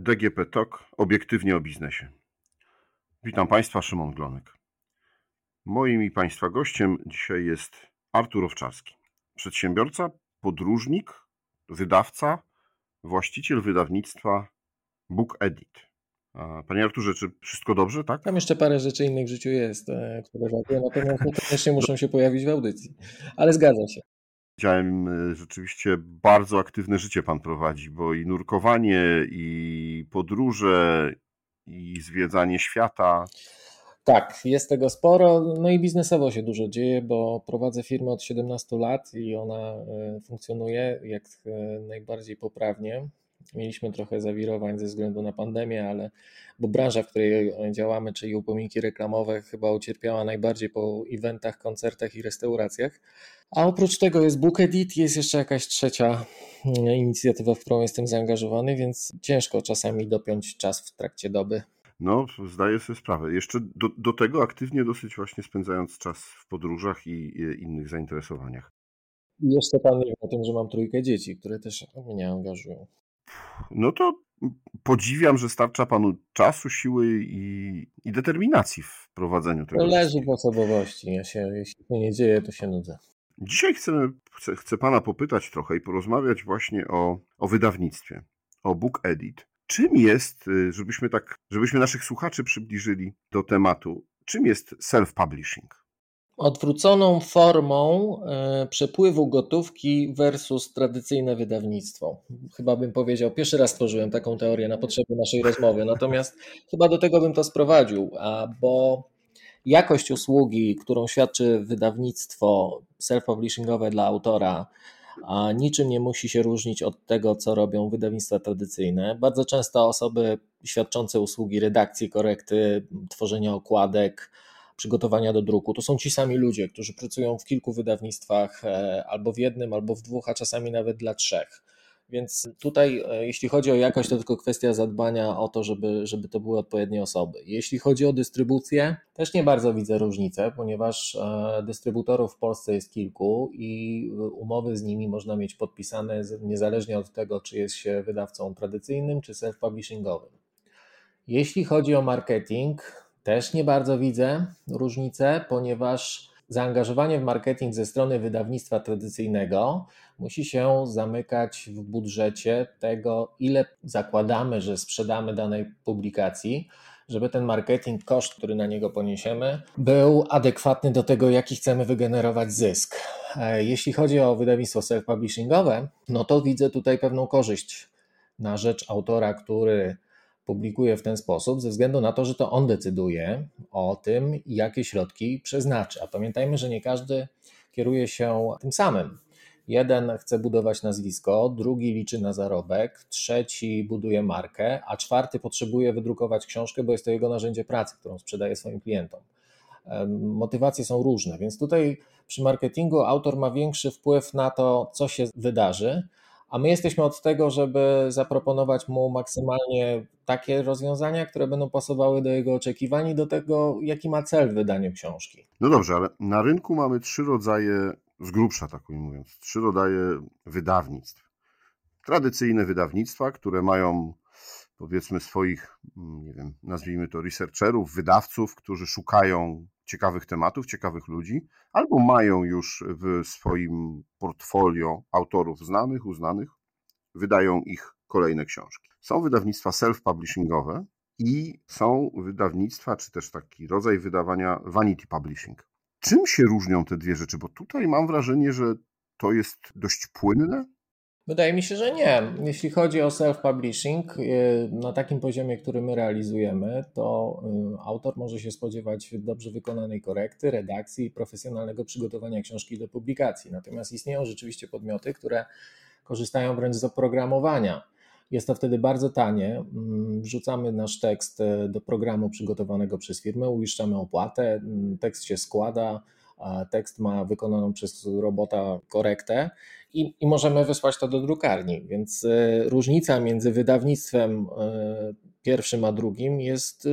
DGP Talk, obiektywnie o biznesie. Witam Państwa, Szymon Glonek. Moim i Państwa gościem dzisiaj jest Artur Owczarski. Przedsiębiorca, podróżnik, wydawca, właściciel wydawnictwa Book Edit. Panie Arturze, czy wszystko dobrze, tak? Tam jeszcze parę rzeczy innych w życiu jest, które robię, natomiast niekoniecznie muszą się pojawić w audycji, ale zgadza się. Widziałem, rzeczywiście bardzo aktywne życie Pan prowadzi, bo i nurkowanie, i podróże, i zwiedzanie świata. Tak, jest tego sporo, no i biznesowo się dużo dzieje, bo prowadzę firmę od 17 lat i ona funkcjonuje jak najbardziej poprawnie. Mieliśmy trochę zawirowań ze względu na pandemię, bo branża, w której działamy, czyli upominki reklamowe, chyba ucierpiała najbardziej po eventach, koncertach i restauracjach. A oprócz tego jest Book Edit, jest jeszcze jakaś trzecia inicjatywa, w którą jestem zaangażowany, więc ciężko czasami dopiąć czas w trakcie doby. No, zdaję sobie sprawę. Jeszcze do tego aktywnie dosyć właśnie spędzając czas w podróżach i innych zainteresowaniach. I jeszcze Pan wie o tym, że mam 3 dzieci, które też mnie angażują. No to podziwiam, że starcza Panu czasu, siły i determinacji w prowadzeniu tego. To leży w osobowości. Jeśli się nie dzieje, to się nudzę. Dzisiaj chcę Pana popytać trochę i porozmawiać właśnie o wydawnictwie, o Book Edit. Czym jest, żebyśmy naszych słuchaczy przybliżyli do tematu, czym jest self-publishing? Odwróconą formą przepływu gotówki versus tradycyjne wydawnictwo. Chyba bym powiedział, pierwszy raz stworzyłem taką teorię na potrzeby naszej rozmowy, natomiast chyba do tego bym to sprowadził, bo jakość usługi, którą świadczy wydawnictwo self-publishingowe dla autora, niczym nie musi się różnić od tego, co robią wydawnictwa tradycyjne. Bardzo często osoby świadczące usługi redakcji, korekty, tworzenia okładek, przygotowania do druku, to są ci sami ludzie, którzy pracują w kilku wydawnictwach, albo w jednym, albo w 2, a czasami nawet dla 3. Więc tutaj, jeśli chodzi o jakość, to tylko kwestia zadbania o to, żeby to były odpowiednie osoby. Jeśli chodzi o dystrybucję, też nie bardzo widzę różnicę, ponieważ dystrybutorów w Polsce jest kilku i umowy z nimi można mieć podpisane niezależnie od tego, czy jest się wydawcą tradycyjnym, czy self-publishingowym. Jeśli chodzi o marketing, też nie bardzo widzę różnicę, ponieważ zaangażowanie w marketing ze strony wydawnictwa tradycyjnego musi się zamykać w budżecie tego, ile zakładamy, że sprzedamy danej publikacji, żeby ten marketing, koszt, który na niego poniesiemy, był adekwatny do tego, jaki chcemy wygenerować zysk. Jeśli chodzi o wydawnictwo self-publishingowe, no to widzę tutaj pewną korzyść na rzecz autora, który publikuje w ten sposób, ze względu na to, że to on decyduje o tym, jakie środki przeznaczy. A pamiętajmy, że nie każdy kieruje się tym samym. Jeden chce budować nazwisko, drugi liczy na zarobek, trzeci buduje markę, a 4 potrzebuje wydrukować książkę, bo jest to jego narzędzie pracy, którą sprzedaje swoim klientom. Motywacje są różne, więc tutaj przy marketingu autor ma większy wpływ na to, co się wydarzy, a my jesteśmy od tego, żeby zaproponować mu maksymalnie takie rozwiązania, które będą pasowały do jego oczekiwań i do tego, jaki ma cel w wydaniu książki. No dobrze, ale na rynku mamy 3 rodzaje, z grubsza tak ujmując, 3 rodzaje wydawnictw. Tradycyjne wydawnictwa, które mają, powiedzmy, swoich, nie wiem, nazwijmy to researcherów, wydawców, którzy szukają ciekawych tematów, ciekawych ludzi, albo mają już w swoim portfolio autorów znanych, uznanych, wydają ich kolejne książki. Są wydawnictwa self-publishingowe i są wydawnictwa, czy też taki rodzaj wydawania vanity publishing. Czym się różnią te dwie rzeczy? Bo tutaj mam wrażenie, że to jest dość płynne. Wydaje mi się, że nie. Jeśli chodzi o self-publishing, na takim poziomie, który my realizujemy, to autor może się spodziewać dobrze wykonanej korekty, redakcji i profesjonalnego przygotowania książki do publikacji. Natomiast istnieją rzeczywiście podmioty, które korzystają wręcz z oprogramowania. Jest to wtedy bardzo tanie. Wrzucamy nasz tekst do programu przygotowanego przez firmę, uiszczamy opłatę, tekst się składa, tekst ma wykonaną przez robota korektę i możemy wysłać to do drukarni, więc różnica między wydawnictwem pierwszym a drugim jest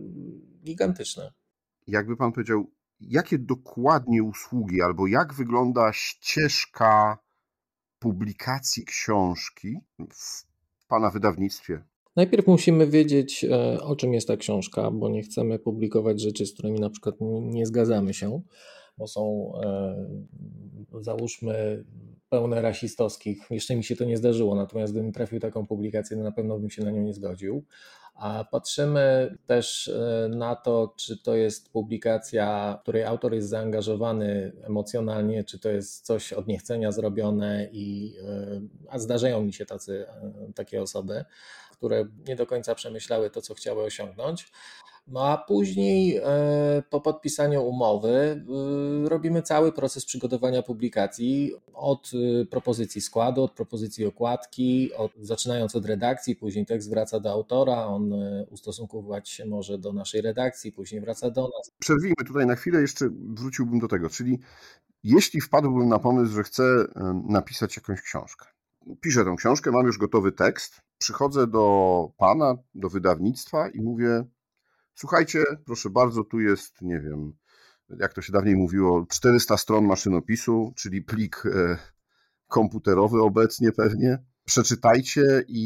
gigantyczna. Jakby pan powiedział, jakie dokładnie usługi albo jak wygląda ścieżka publikacji książki w pana wydawnictwie? Najpierw musimy wiedzieć, o czym jest ta książka, bo nie chcemy publikować rzeczy, z którymi na przykład nie zgadzamy się, bo są, załóżmy, pełne rasistowskich. Jeszcze mi się to nie zdarzyło, natomiast gdybym trafił taką publikację, to na pewno bym się na nią nie zgodził. A patrzymy też na to, czy to jest publikacja, w której autor jest zaangażowany emocjonalnie, czy to jest coś od niechcenia zrobione, a zdarzają mi się takie osoby, które nie do końca przemyślały to, co chciały osiągnąć. No a później po podpisaniu umowy robimy cały proces przygotowania publikacji od propozycji składu, od propozycji okładki, zaczynając od redakcji, później tekst wraca do autora, on ustosunkować się może do naszej redakcji, później wraca do nas. Przerwijmy tutaj na chwilę, jeszcze wróciłbym do tego, czyli jeśli wpadłbym na pomysł, że chcę napisać jakąś książkę, piszę tę książkę, mam już gotowy tekst, przychodzę do pana, do wydawnictwa i mówię: słuchajcie, proszę bardzo, tu jest, nie wiem, jak to się dawniej mówiło, 400 stron maszynopisu, czyli plik komputerowy obecnie pewnie. Przeczytajcie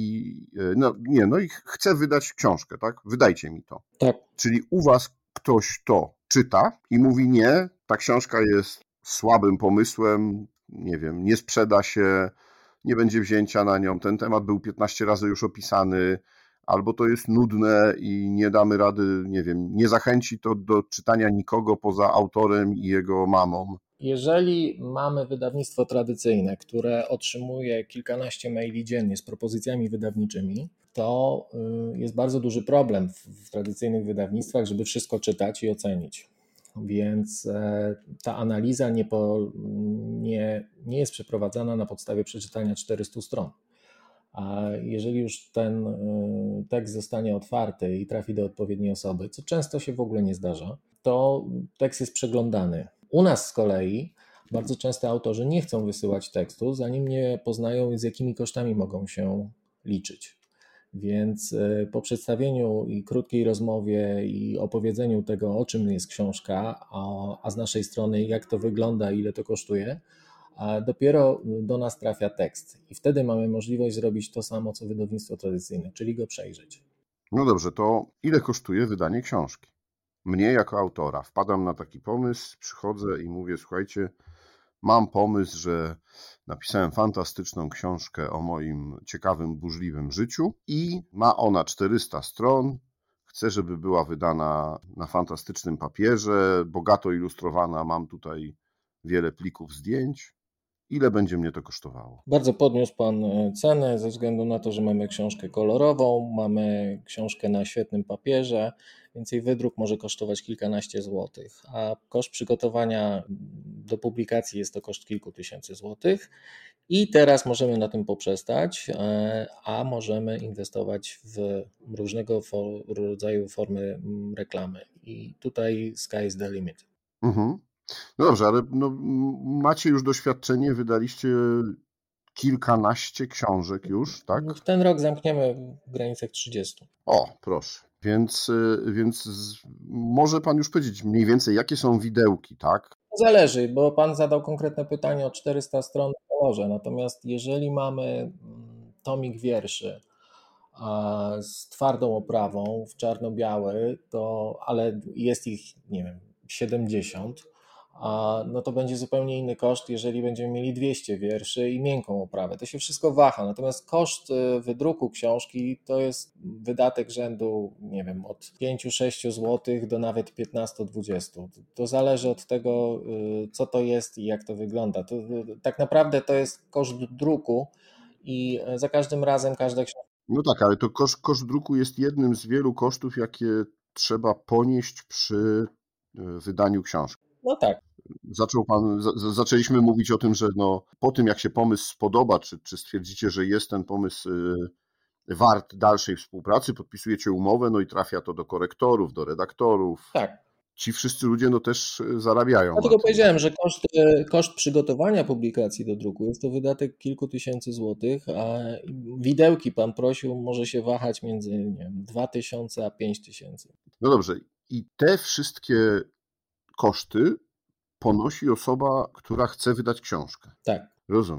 i chcę wydać książkę, tak? Wydajcie mi to. Tak. Czyli u was ktoś to czyta i mówi: nie, ta książka jest słabym pomysłem, nie wiem, nie sprzeda się, nie będzie wzięcia na nią, ten temat był 15 razy już opisany, albo to jest nudne i nie damy rady, nie wiem, nie zachęci to do czytania nikogo poza autorem i jego mamą. Jeżeli mamy wydawnictwo tradycyjne, które otrzymuje kilkanaście maili dziennie z propozycjami wydawniczymi, to jest bardzo duży problem w tradycyjnych wydawnictwach, żeby wszystko czytać i ocenić. Więc ta analiza nie jest przeprowadzana na podstawie przeczytania 400 stron. A jeżeli już ten tekst zostanie otwarty i trafi do odpowiedniej osoby, co często się w ogóle nie zdarza, to tekst jest przeglądany. U nas z kolei bardzo często autorzy nie chcą wysyłać tekstu, zanim nie poznają, z jakimi kosztami mogą się liczyć. Więc po przedstawieniu i krótkiej rozmowie i opowiedzeniu tego, o czym jest książka, a z naszej strony jak to wygląda, ile to kosztuje, a dopiero do nas trafia tekst i wtedy mamy możliwość zrobić to samo, co wydawnictwo tradycyjne, czyli go przejrzeć. No dobrze, to ile kosztuje wydanie książki? Mnie jako autora wpadam na taki pomysł, przychodzę i mówię: słuchajcie, mam pomysł, że napisałem fantastyczną książkę o moim ciekawym, burzliwym życiu i ma ona 400 stron. Chcę, żeby była wydana na fantastycznym papierze, bogato ilustrowana. Mam tutaj wiele plików zdjęć. Ile będzie mnie to kosztowało? Bardzo podniósł Pan cenę ze względu na to, że mamy książkę kolorową, mamy książkę na świetnym papierze, więc jej wydruk może kosztować kilkanaście złotych, a koszt przygotowania do publikacji jest to koszt kilku tysięcy złotych. I teraz możemy na tym poprzestać, a możemy inwestować w różnego rodzaju formy reklamy. I tutaj sky is the limit. Mhm. No dobrze, ale macie już doświadczenie, wydaliście kilkanaście książek już, tak? W ten rok zamkniemy w granicach 30. O, proszę. Więc może pan już powiedzieć mniej więcej, jakie są widełki, tak? Zależy, bo Pan zadał konkretne pytanie o 400 stron w kolorze. Natomiast jeżeli mamy tomik wierszy z twardą oprawą w czarno-biały, ale jest ich, nie wiem, 70, no to będzie zupełnie inny koszt, jeżeli będziemy mieli 200 wierszy i miękką oprawę. To się wszystko waha. Natomiast koszt wydruku książki to jest wydatek rzędu, nie wiem, od 5-6 zł do nawet 15-20. To zależy od tego, co to jest i jak to wygląda. Tak naprawdę to jest koszt druku i za każdym razem każda książka. No tak, ale to koszt druku jest jednym z wielu kosztów, jakie trzeba ponieść przy wydaniu książki. No tak. Zaczęliśmy mówić o tym, że po tym jak się pomysł spodoba, czy stwierdzicie, że jest ten pomysł wart dalszej współpracy, podpisujecie umowę, no i trafia to do korektorów, do redaktorów. Tak. Ci wszyscy ludzie też zarabiają. Dlatego powiedziałem, że koszt przygotowania publikacji do druku jest to wydatek kilku tysięcy złotych, a widełki Pan prosił, może się wahać między, nie wiem, 2000 a 5000. No dobrze, i te wszystkie koszty ponosi osoba, która chce wydać książkę. Tak. Rozumiem.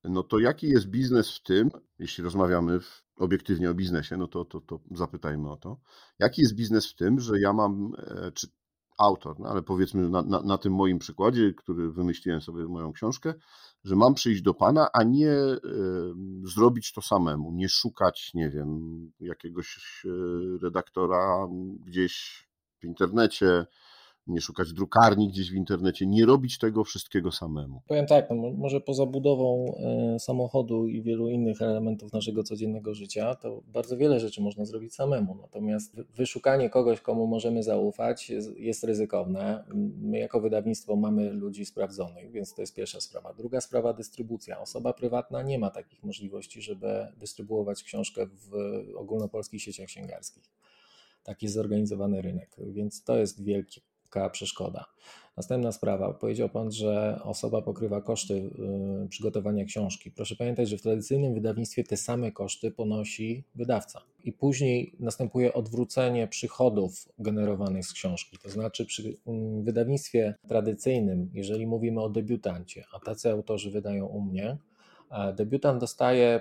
no to jaki jest biznes w tym, jeśli rozmawiamy obiektywnie o biznesie, no to zapytajmy o to. Jaki jest biznes w tym, że ja mam, czy autor, no ale powiedzmy na tym moim przykładzie, który wymyśliłem sobie moją książkę, że mam przyjść do Pana, a nie zrobić to samemu, nie szukać, nie wiem, jakiegoś redaktora gdzieś w internecie, nie szukać drukarni gdzieś w internecie, nie robić tego wszystkiego samemu. Powiem tak, no może poza budową samochodu i wielu innych elementów naszego codziennego życia, to bardzo wiele rzeczy można zrobić samemu. Natomiast wyszukanie kogoś, komu możemy zaufać, jest ryzykowne. My jako wydawnictwo mamy ludzi sprawdzonych, więc to jest pierwsza sprawa. Druga sprawa, dystrybucja. Osoba prywatna nie ma takich możliwości, żeby dystrybuować książkę w ogólnopolskich sieciach księgarskich. Tak jest zorganizowany rynek, więc to jest wielka przeszkoda. Następna sprawa. Powiedział Pan, że osoba pokrywa koszty przygotowania książki. Proszę pamiętać, że w tradycyjnym wydawnictwie te same koszty ponosi wydawca. I później następuje odwrócenie przychodów generowanych z książki. To znaczy przy wydawnictwie tradycyjnym, jeżeli mówimy o debiutancie, a tacy autorzy wydają u mnie, debiutant dostaje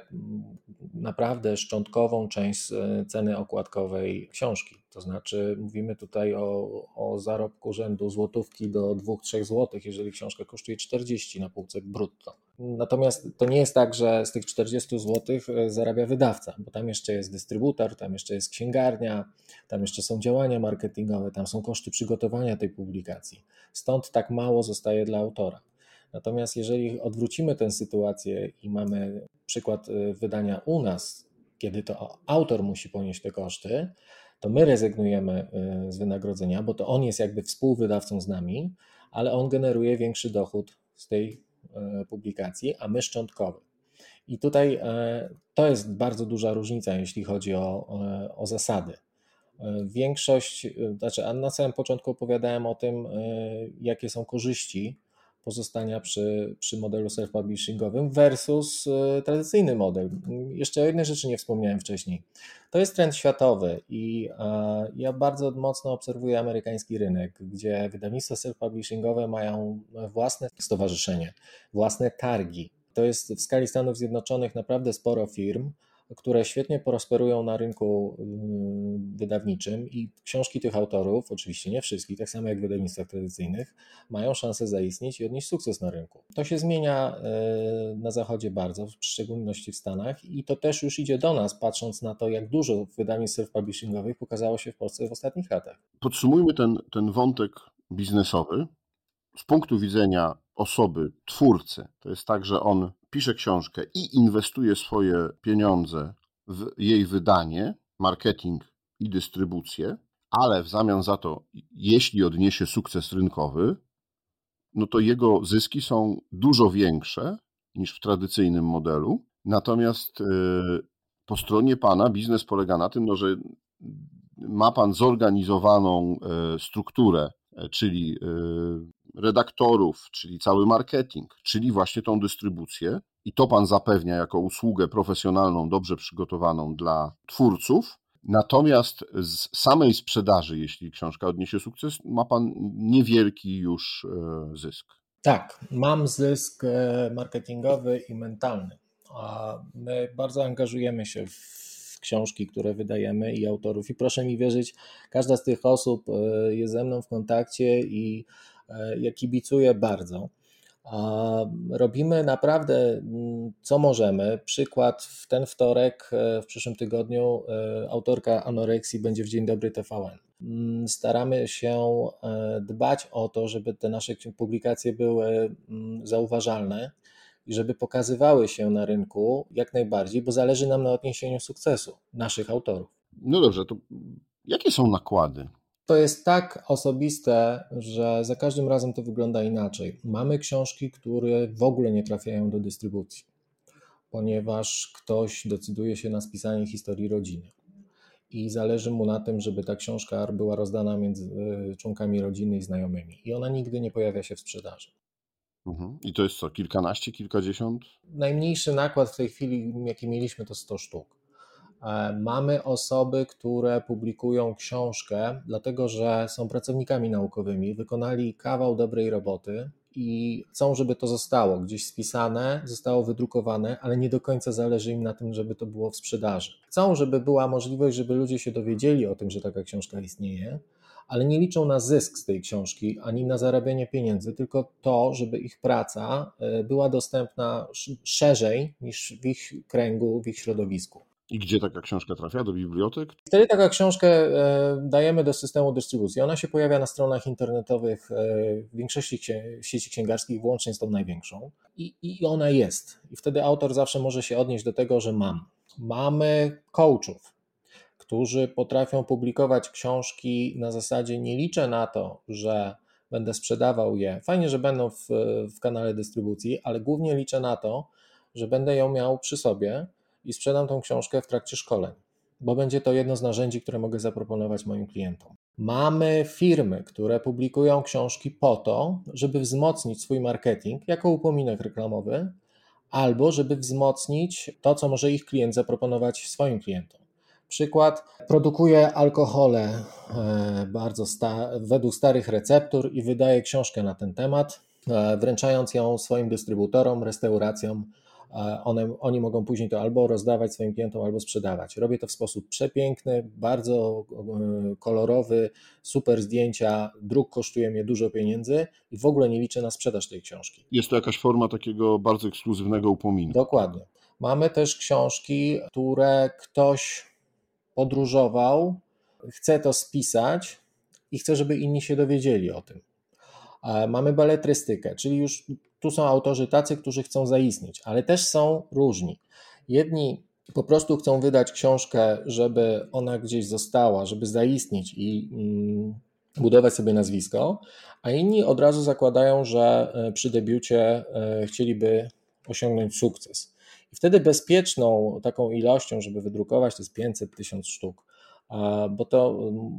naprawdę szczątkową część ceny okładkowej książki. To znaczy mówimy tutaj o zarobku rzędu złotówki do 2-3 zł, jeżeli książka kosztuje 40 na półce brutto. Natomiast to nie jest tak, że z tych 40 zł zarabia wydawca, bo tam jeszcze jest dystrybutor, tam jeszcze jest księgarnia, tam jeszcze są działania marketingowe, tam są koszty przygotowania tej publikacji. Stąd tak mało zostaje dla autora. Natomiast jeżeli odwrócimy tę sytuację i mamy przykład wydania u nas, kiedy to autor musi ponieść te koszty, to my rezygnujemy z wynagrodzenia, bo to on jest jakby współwydawcą z nami, ale on generuje większy dochód z tej publikacji, a my szczątkowy. I tutaj to jest bardzo duża różnica, jeśli chodzi o zasady. Większość, a na samym początku opowiadałem o tym, jakie są korzyści pozostania przy modelu self-publishingowym versus tradycyjny model. Jeszcze o jednej rzeczy nie wspomniałem wcześniej. To jest trend światowy i ja bardzo mocno obserwuję amerykański rynek, gdzie wydawnictwa self-publishingowe mają własne stowarzyszenie, własne targi. To jest w skali Stanów Zjednoczonych naprawdę sporo firm, które świetnie prosperują na rynku wydawniczym i książki tych autorów, oczywiście nie wszystkich, tak samo jak w wydawnictwach tradycyjnych, mają szansę zaistnieć i odnieść sukces na rynku. To się zmienia na zachodzie bardzo, w szczególności w Stanach i to też już idzie do nas, patrząc na to, jak dużo wydawnictw self-publishingowych pokazało się w Polsce w ostatnich latach. Podsumujmy ten wątek biznesowy. Z punktu widzenia osoby, twórcy, to jest tak, że on pisze książkę i inwestuje swoje pieniądze w jej wydanie, marketing i dystrybucję, ale w zamian za to, jeśli odniesie sukces rynkowy, no to jego zyski są dużo większe niż w tradycyjnym modelu. Natomiast po stronie Pana biznes polega na tym, no, że ma Pan zorganizowaną strukturę, czyli redaktorów, czyli cały marketing, czyli właśnie tą dystrybucję i to Pan zapewnia jako usługę profesjonalną, dobrze przygotowaną dla twórców. Natomiast z samej sprzedaży, jeśli książka odniesie sukces, ma Pan niewielki już zysk. Tak, mam zysk marketingowy i mentalny. A my bardzo angażujemy się w książki, które wydajemy i autorów. I proszę mi wierzyć, każda z tych osób jest ze mną w kontakcie i ja kibicuję bardzo. Robimy naprawdę co możemy. Przykład, w ten wtorek, w przyszłym tygodniu autorka Anoreksji będzie w Dzień Dobry TVN. Staramy się dbać o to, żeby te nasze publikacje były zauważalne i żeby pokazywały się na rynku jak najbardziej, bo zależy nam na odniesieniu sukcesu naszych autorów. No dobrze, to jakie są nakłady? To jest tak osobiste, że za każdym razem to wygląda inaczej. Mamy książki, które w ogóle nie trafiają do dystrybucji, ponieważ ktoś decyduje się na spisanie historii rodziny i zależy mu na tym, żeby ta książka była rozdana między członkami rodziny i znajomymi i ona nigdy nie pojawia się w sprzedaży. I to jest co, kilkanaście, kilkadziesiąt? Najmniejszy nakład w tej chwili, jaki mieliśmy, to 100 sztuk. Mamy osoby, które publikują książkę, dlatego że są pracownikami naukowymi, wykonali kawał dobrej roboty i chcą, żeby to zostało gdzieś spisane, zostało wydrukowane, ale nie do końca zależy im na tym, żeby to było w sprzedaży. Chcą, żeby była możliwość, żeby ludzie się dowiedzieli o tym, że taka książka istnieje, ale nie liczą na zysk z tej książki, ani na zarabianie pieniędzy, tylko to, żeby ich praca była dostępna szerzej niż w ich kręgu, w ich środowisku. I gdzie taka książka trafia? Do bibliotek? Wtedy taką książkę dajemy do systemu dystrybucji. Ona się pojawia na stronach internetowych w większości sieci księgarskich, włącznie z tą największą. I ona jest. I wtedy autor zawsze może się odnieść do tego, że mamy coachów, którzy potrafią publikować książki na zasadzie nie liczę na to, że będę sprzedawał je. Fajnie, że będą w kanale dystrybucji, ale głównie liczę na to, że będę ją miał przy sobie i sprzedam tą książkę w trakcie szkoleń, bo będzie to jedno z narzędzi, które mogę zaproponować moim klientom. Mamy firmy, które publikują książki po to, żeby wzmocnić swój marketing jako upominek reklamowy, albo żeby wzmocnić to, co może ich klient zaproponować swoim klientom. Przykład, produkuje alkohole według starych receptur i wydaje książkę na ten temat, wręczając ją swoim dystrybutorom, restauracjom. Oni mogą później to albo rozdawać swoim klientom, albo sprzedawać. Robię to w sposób przepiękny, bardzo kolorowy, super zdjęcia, druk kosztuje mnie dużo pieniędzy i w ogóle nie liczę na sprzedaż tej książki. Jest to jakaś forma takiego bardzo ekskluzywnego upominku. Dokładnie. Mamy też książki, które ktoś podróżował, chce to spisać i chce, żeby inni się dowiedzieli o tym. Mamy beletrystykę, czyli już tu są autorzy tacy, którzy chcą zaistnieć, ale też są różni. Jedni po prostu chcą wydać książkę, żeby ona gdzieś została, żeby zaistnieć i budować sobie nazwisko, a inni od razu zakładają, że przy debiucie chcieliby osiągnąć sukces. I wtedy bezpieczną taką ilością, żeby wydrukować, to jest 500-1000 sztuk, bo to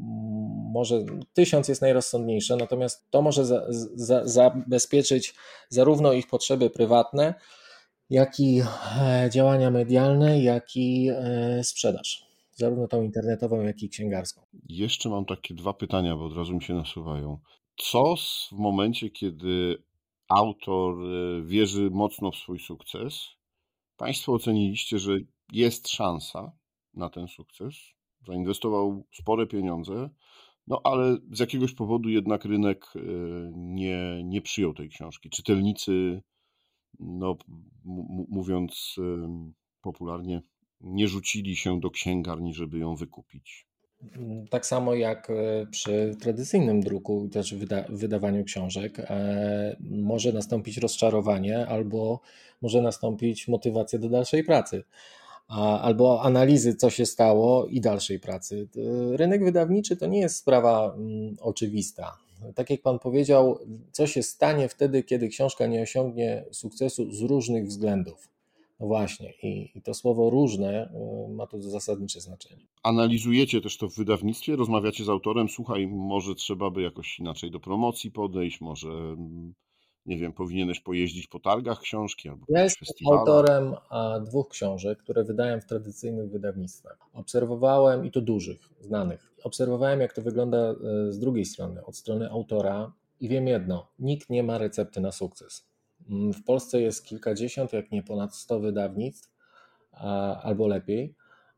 może 1000 jest najrozsądniejsze, natomiast to może zabezpieczyć zarówno ich potrzeby prywatne, jak i działania medialne, jak i sprzedaż, zarówno tą internetową, jak i księgarską. Jeszcze mam takie 2 pytania, bo od razu mi się nasuwają. Co w momencie, kiedy autor wierzy mocno w swój sukces, Państwo oceniliście, że jest szansa na ten sukces, zainwestował spore pieniądze, no ale z jakiegoś powodu jednak rynek nie przyjął tej książki. Czytelnicy, no mówiąc popularnie, nie rzucili się do księgarni, żeby ją wykupić. Tak samo jak przy tradycyjnym druku, też wydawaniu książek, może nastąpić rozczarowanie albo może nastąpić motywacja do dalszej pracy, albo analizy, co się stało i dalszej pracy. Rynek wydawniczy to nie jest sprawa oczywista. Tak jak Pan powiedział, co się stanie wtedy, kiedy książka nie osiągnie sukcesu z różnych względów. No właśnie, i to słowo różne ma tu zasadnicze znaczenie. Analizujecie też to w wydawnictwie, rozmawiacie z autorem, słuchaj, może trzeba by jakoś inaczej do promocji podejść, może, nie wiem, powinieneś pojeździć po targach książki albo Ja jakichś jestem festiwalach. autorem 2 książek, które wydałem w tradycyjnych wydawnictwach. Obserwowałem, i to dużych, znanych, obserwowałem, jak to wygląda z drugiej strony, od strony autora i wiem jedno, nikt nie ma recepty na sukces. W Polsce jest kilkadziesiąt, jak nie ponad 100 wydawnictw, albo lepiej.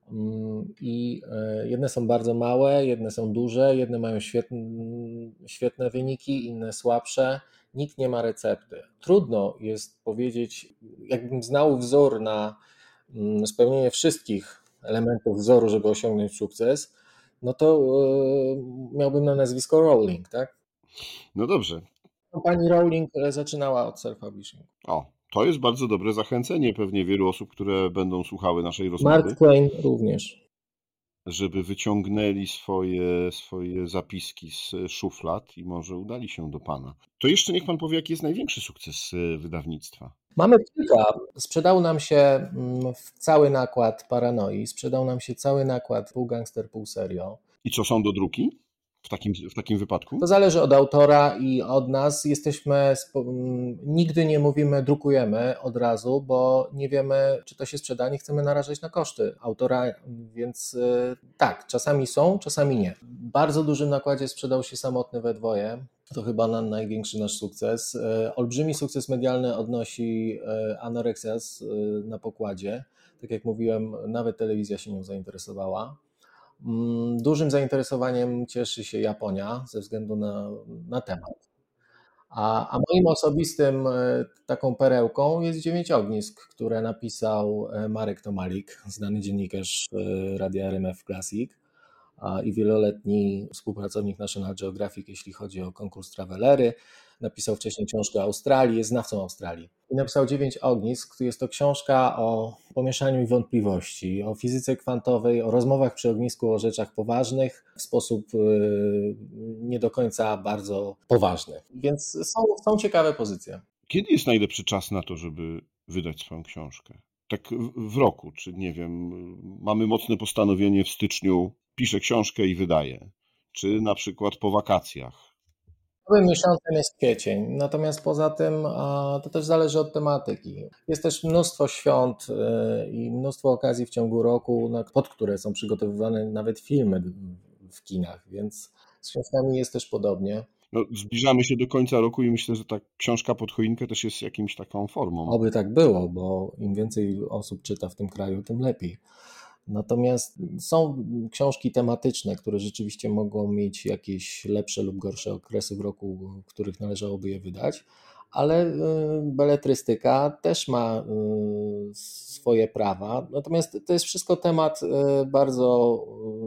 I jedne są bardzo małe, jedne są duże, jedne mają świetne wyniki, inne słabsze. Nikt nie ma recepty. Trudno jest powiedzieć, jakbym znał wzór na spełnienie wszystkich elementów wzoru, żeby osiągnąć sukces, no to miałbym na nazwisko Rowling, tak? No dobrze. Pani Rowling zaczynała od self-publishing. O, to jest bardzo dobre zachęcenie pewnie wielu osób, które będą słuchały naszej rozmowy. Mark Twain również. Żeby wyciągnęli swoje zapiski z szuflad i może udali się do Pana. To jeszcze niech Pan powie, jaki jest największy sukces wydawnictwa. Mamy kilka. Sprzedał nam się cały nakład Paranoi, sprzedał nam się cały nakład Pół gangster, pół serio. I co, są do druki? w takim wypadku? To zależy od autora i od nas. Nigdy nie mówimy drukujemy od razu, bo nie wiemy, czy to się sprzeda, nie chcemy narażać na koszty autora, więc tak, czasami są, czasami nie. W bardzo dużym nakładzie sprzedał się Samotny we dwoje. To chyba największy nasz sukces. Olbrzymi sukces medialny odnosi Anoreksja na pokładzie. Tak jak mówiłem, nawet telewizja się nią zainteresowała. Dużym zainteresowaniem cieszy się Japonia ze względu na temat. Moim osobistym taką perełką jest Dziewięć ognisk, które napisał Marek Tomalik, znany dziennikarz Radia RMF Classic i wieloletni współpracownik National Geographic, jeśli chodzi o konkurs Travelery. Napisał wcześniej książkę o Australii, jest znawcą Australii. I napisał Dziewięć ognisk. Jest to książka o pomieszaniu i wątpliwości, o fizyce kwantowej, o rozmowach przy ognisku, o rzeczach poważnych w sposób nie do końca bardzo poważny. Więc są ciekawe pozycje. Kiedy jest najlepszy czas na to, żeby wydać swoją książkę? Tak w roku, czy nie wiem, mamy mocne postanowienie w styczniu, piszę książkę i wydaję. Czy na przykład po wakacjach? Nowym miesiącem jest kwiecień, natomiast poza tym to też zależy od tematyki. Jest też mnóstwo świąt i mnóstwo okazji w ciągu roku, pod które są przygotowywane nawet filmy w kinach, więc z książkami jest też podobnie. No, zbliżamy się do końca roku i myślę, że ta książka pod choinkę też jest jakimś taką formą. Oby tak było, bo im więcej osób czyta w tym kraju, tym lepiej. Natomiast są książki tematyczne, które rzeczywiście mogą mieć jakieś lepsze lub gorsze okresy w roku, w których należałoby je wydać, ale beletrystyka też ma swoje prawa. Natomiast to jest wszystko temat bardzo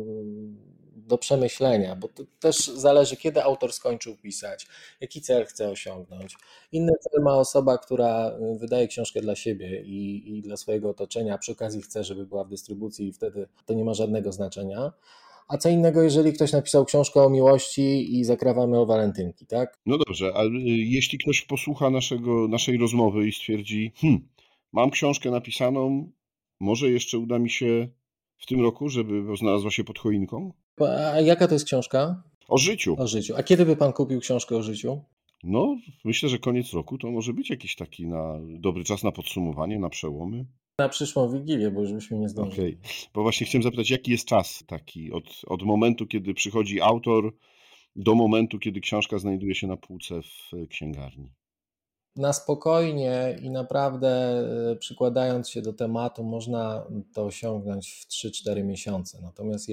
do przemyślenia, bo to też zależy, kiedy autor skończył pisać, jaki cel chce osiągnąć. Inny cel ma osoba, która wydaje książkę dla siebie i dla swojego otoczenia, a przy okazji chce, żeby była w dystrybucji i wtedy to nie ma żadnego znaczenia. A co innego, jeżeli ktoś napisał książkę o miłości i zakrawamy o walentynki, tak? No dobrze, ale jeśli ktoś posłucha naszej rozmowy i stwierdzi, mam książkę napisaną, może jeszcze uda mi się w tym roku, żeby znalazła się pod choinką? A jaka to jest książka? O życiu. O życiu. A kiedy by pan kupił książkę o życiu? No, myślę, że koniec roku to może być jakiś taki dobry czas na podsumowanie, na przełomy. Na przyszłą Wigilię, bo już byśmy nie zdążyli. Okej. Bo właśnie chciałem zapytać, jaki jest czas taki od momentu, kiedy przychodzi autor, do momentu, kiedy książka znajduje się na półce w księgarni? Na spokojnie i naprawdę przykładając się do tematu, można to osiągnąć w 3-4 miesiące. Natomiast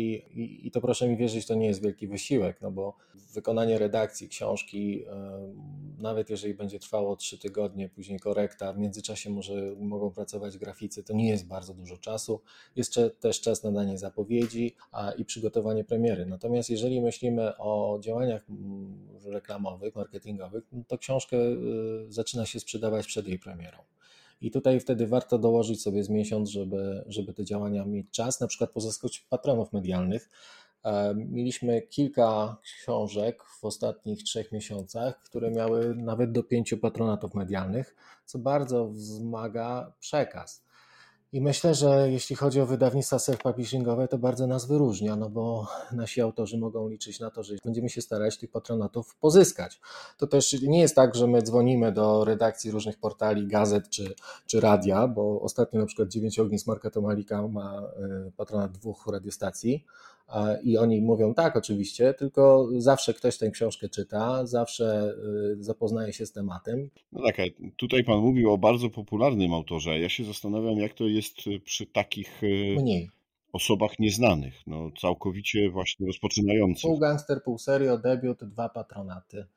i to proszę mi wierzyć, to nie jest wielki wysiłek, no bo wykonanie redakcji książki, nawet jeżeli będzie trwało 3 tygodnie, później korekta, w międzyczasie mogą pracować graficy, to nie jest bardzo dużo czasu. Jest też czas na danie zapowiedzi i przygotowanie premiery. Natomiast jeżeli myślimy o działaniach reklamowych, marketingowych, to książkę zaczyna się sprzedawać przed jej premierą. I tutaj wtedy warto dołożyć sobie z miesiąc, żeby te działania mieć czas, na przykład pozyskać patronów medialnych. Mieliśmy kilka książek w ostatnich 3 miesiącach, które miały nawet do 5 patronatów medialnych, co bardzo wzmaga przekaz. I myślę, że jeśli chodzi o wydawnictwa self-publishingowe, to bardzo nas wyróżnia, no bo nasi autorzy mogą liczyć na to, że będziemy się starać tych patronatów pozyskać. To też nie jest tak, że my dzwonimy do redakcji różnych portali, gazet czy radia, bo ostatnio na przykład Dziewięć ognisk Marka Tomalika ma patronat 2 radiostacji i oni mówią tak oczywiście, tylko zawsze ktoś tę książkę czyta, zawsze zapoznaje się z tematem. No tak, tutaj pan mówił o bardzo popularnym autorze. Ja się zastanawiam, jak to jest przy takich Mniej. osobach nieznanych, no całkowicie właśnie rozpoczynających. Pół gangster, pół serio, debiut, 2 patronaty.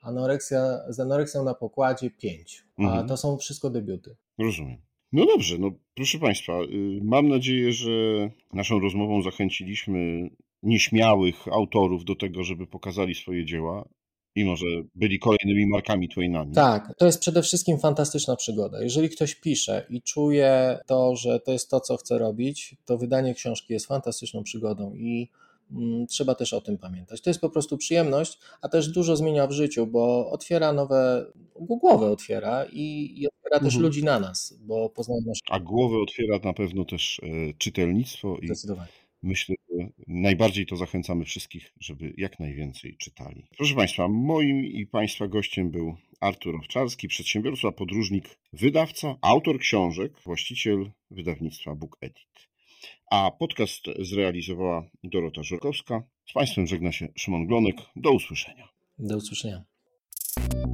Z anoreksją na pokładzie 5. A to są wszystko debiuty. Rozumiem. No dobrze, no proszę państwa, mam nadzieję, że naszą rozmową zachęciliśmy nieśmiałych autorów do tego, żeby pokazali swoje dzieła i może byli kolejnymi Markami Twainami. Tak, to jest przede wszystkim fantastyczna przygoda. Jeżeli ktoś pisze i czuje to, że to jest to, co chce robić, to wydanie książki jest fantastyczną przygodą i trzeba też o tym pamiętać. To jest po prostu przyjemność, a też dużo zmienia w życiu, bo otwiera głowę otwiera i otwiera też ludzi na nas, bo poznają nasz... A głowę otwiera na pewno też czytelnictwo i Zdecydowanie. myślę, że najbardziej to zachęcamy wszystkich, żeby jak najwięcej czytali. Proszę Państwa, moim i Państwa gościem był Artur Owczarski, przedsiębiorca, podróżnik, wydawca, autor książek, właściciel wydawnictwa Book Edit. A podcast zrealizowała Dorota Żurkowska. Z Państwem żegna się Szymon Glonek. Do usłyszenia. Do usłyszenia.